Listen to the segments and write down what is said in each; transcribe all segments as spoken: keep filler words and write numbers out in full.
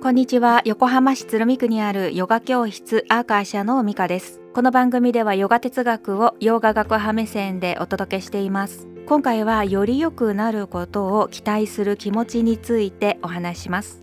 こんにちは。横浜市鶴見区にあるヨガ教室アーカーシャのミカです。この番組ではヨガ哲学をヨガ学派目線でお届けしています。今回はより良くなることを期待する気持ちについてお話しします。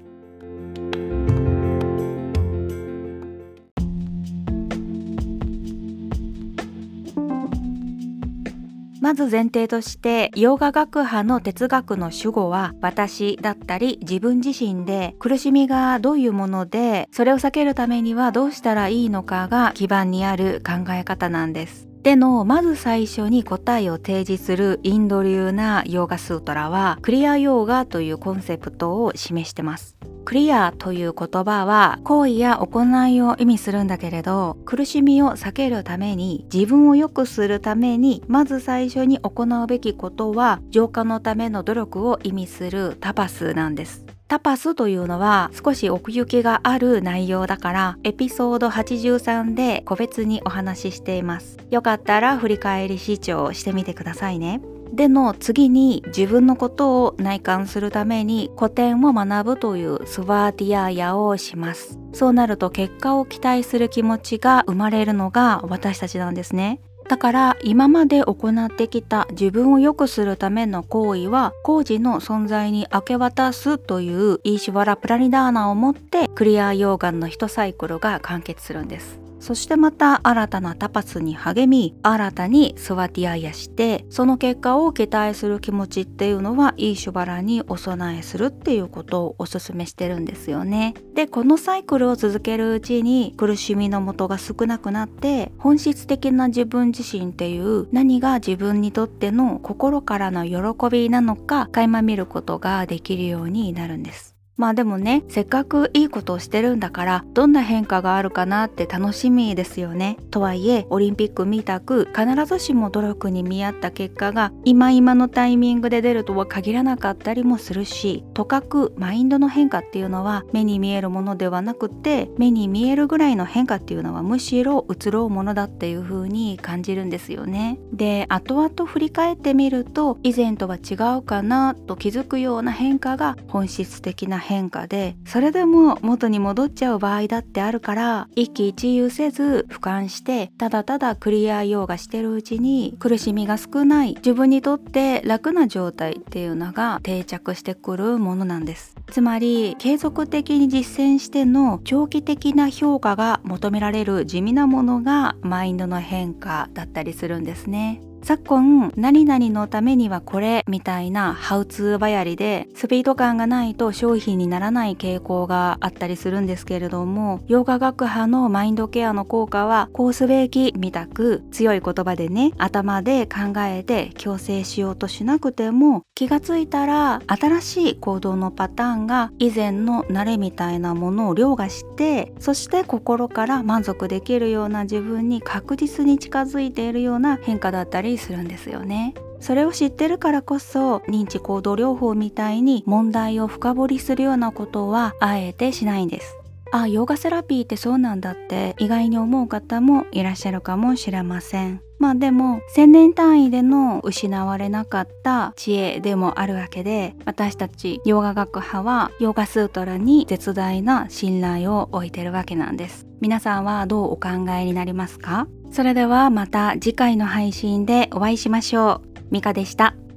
まず前提として、ヨガ学派の哲学の主語は私だったり自分自身で、苦しみがどういうもので、それを避けるためにはどうしたらいいのかが基盤にある考え方なんです。でのまず最初に答えを提示するインド流なヨーガスートラはクリアヨーガというコンセプトを示してます。クリアという言葉は行為や行いを意味するんだけれど、苦しみを避けるために、自分を良くするためにまず最初に行うべきことは浄化のための努力を意味するタパスなんです。タパスというのは少し奥行きがある内容だから、エピソードはちじゅうさんで個別にお話ししています。よかったら振り返り視聴してみてくださいね。での次に、自分のことを内観するために古典を学ぶというスワーティヤーヤをします。そうなると結果を期待する気持ちが生まれるのが私たちなんですね。だから今まで行ってきた自分を良くするための行為は工事の存在に明け渡すというイーシュヴァラ・プラニダーナをもってクリアヨーガンの一サイクルが完結するんです。そしてまた新たなタパスに励み、新たにスワティアイヤして、その結果を期待する気持ちっていうのはイーシュバラにお供えするっていうことをお勧めしてるんですよね。で、このサイクルを続けるうちに苦しみの元が少なくなって、本質的な自分自身っていう何が自分にとっての心からの喜びなのか垣間見ることができるようになるんです。まあでもね、せっかくいいことをしてるんだから、どんな変化があるかなって楽しみですよね。とはいえ、オリンピックみたく必ずしも努力に見合った結果が今今のタイミングで出るとは限らなかったりもするし、とかくマインドの変化っていうのは目に見えるものではなくて、目に見えるぐらいの変化っていうのはむしろ移ろうものだっていう風に感じるんですよね。で、後々振り返ってみると、以前とは違うかなと気づくような変化が本質的な変化変化で、それでも元に戻っちゃう場合だってあるから、一喜一憂せず俯瞰して、ただただクリアヨーガしてるうちに苦しみが少ない、自分にとって楽な状態っていうのが定着してくるものなんです。つまり継続的に実践しての長期的な評価が求められる地味なものがマインドの変化だったりするんですね。昨今何々のためにはこれみたいなハウツーばやりでスピード感がないと商品にならない傾向があったりするんですけれども、ヨガ学派のマインドケアの効果はこうすべきみたく強い言葉でね、頭で考えて強制しようとしなくても、気がついたら新しい行動のパターンが以前の慣れみたいなものを凌駕して、そして心から満足できるような自分に確実に近づいているような変化だったりするんですよね。それを知ってるからこそ、認知行動療法みたいに問題を深掘りするようなことはあえてしないんです。あ、ヨガセラピーってそうなんだって意外に思う方もいらっしゃるかもしれません。まあでも千年単位での失われなかった知恵でもあるわけで、私たちヨガ学派はヨガスートラに絶大な信頼を置いてるわけなんです。皆さんはどうお考えになりますか？それではまた次回の配信でお会いしましょう。ミカでした。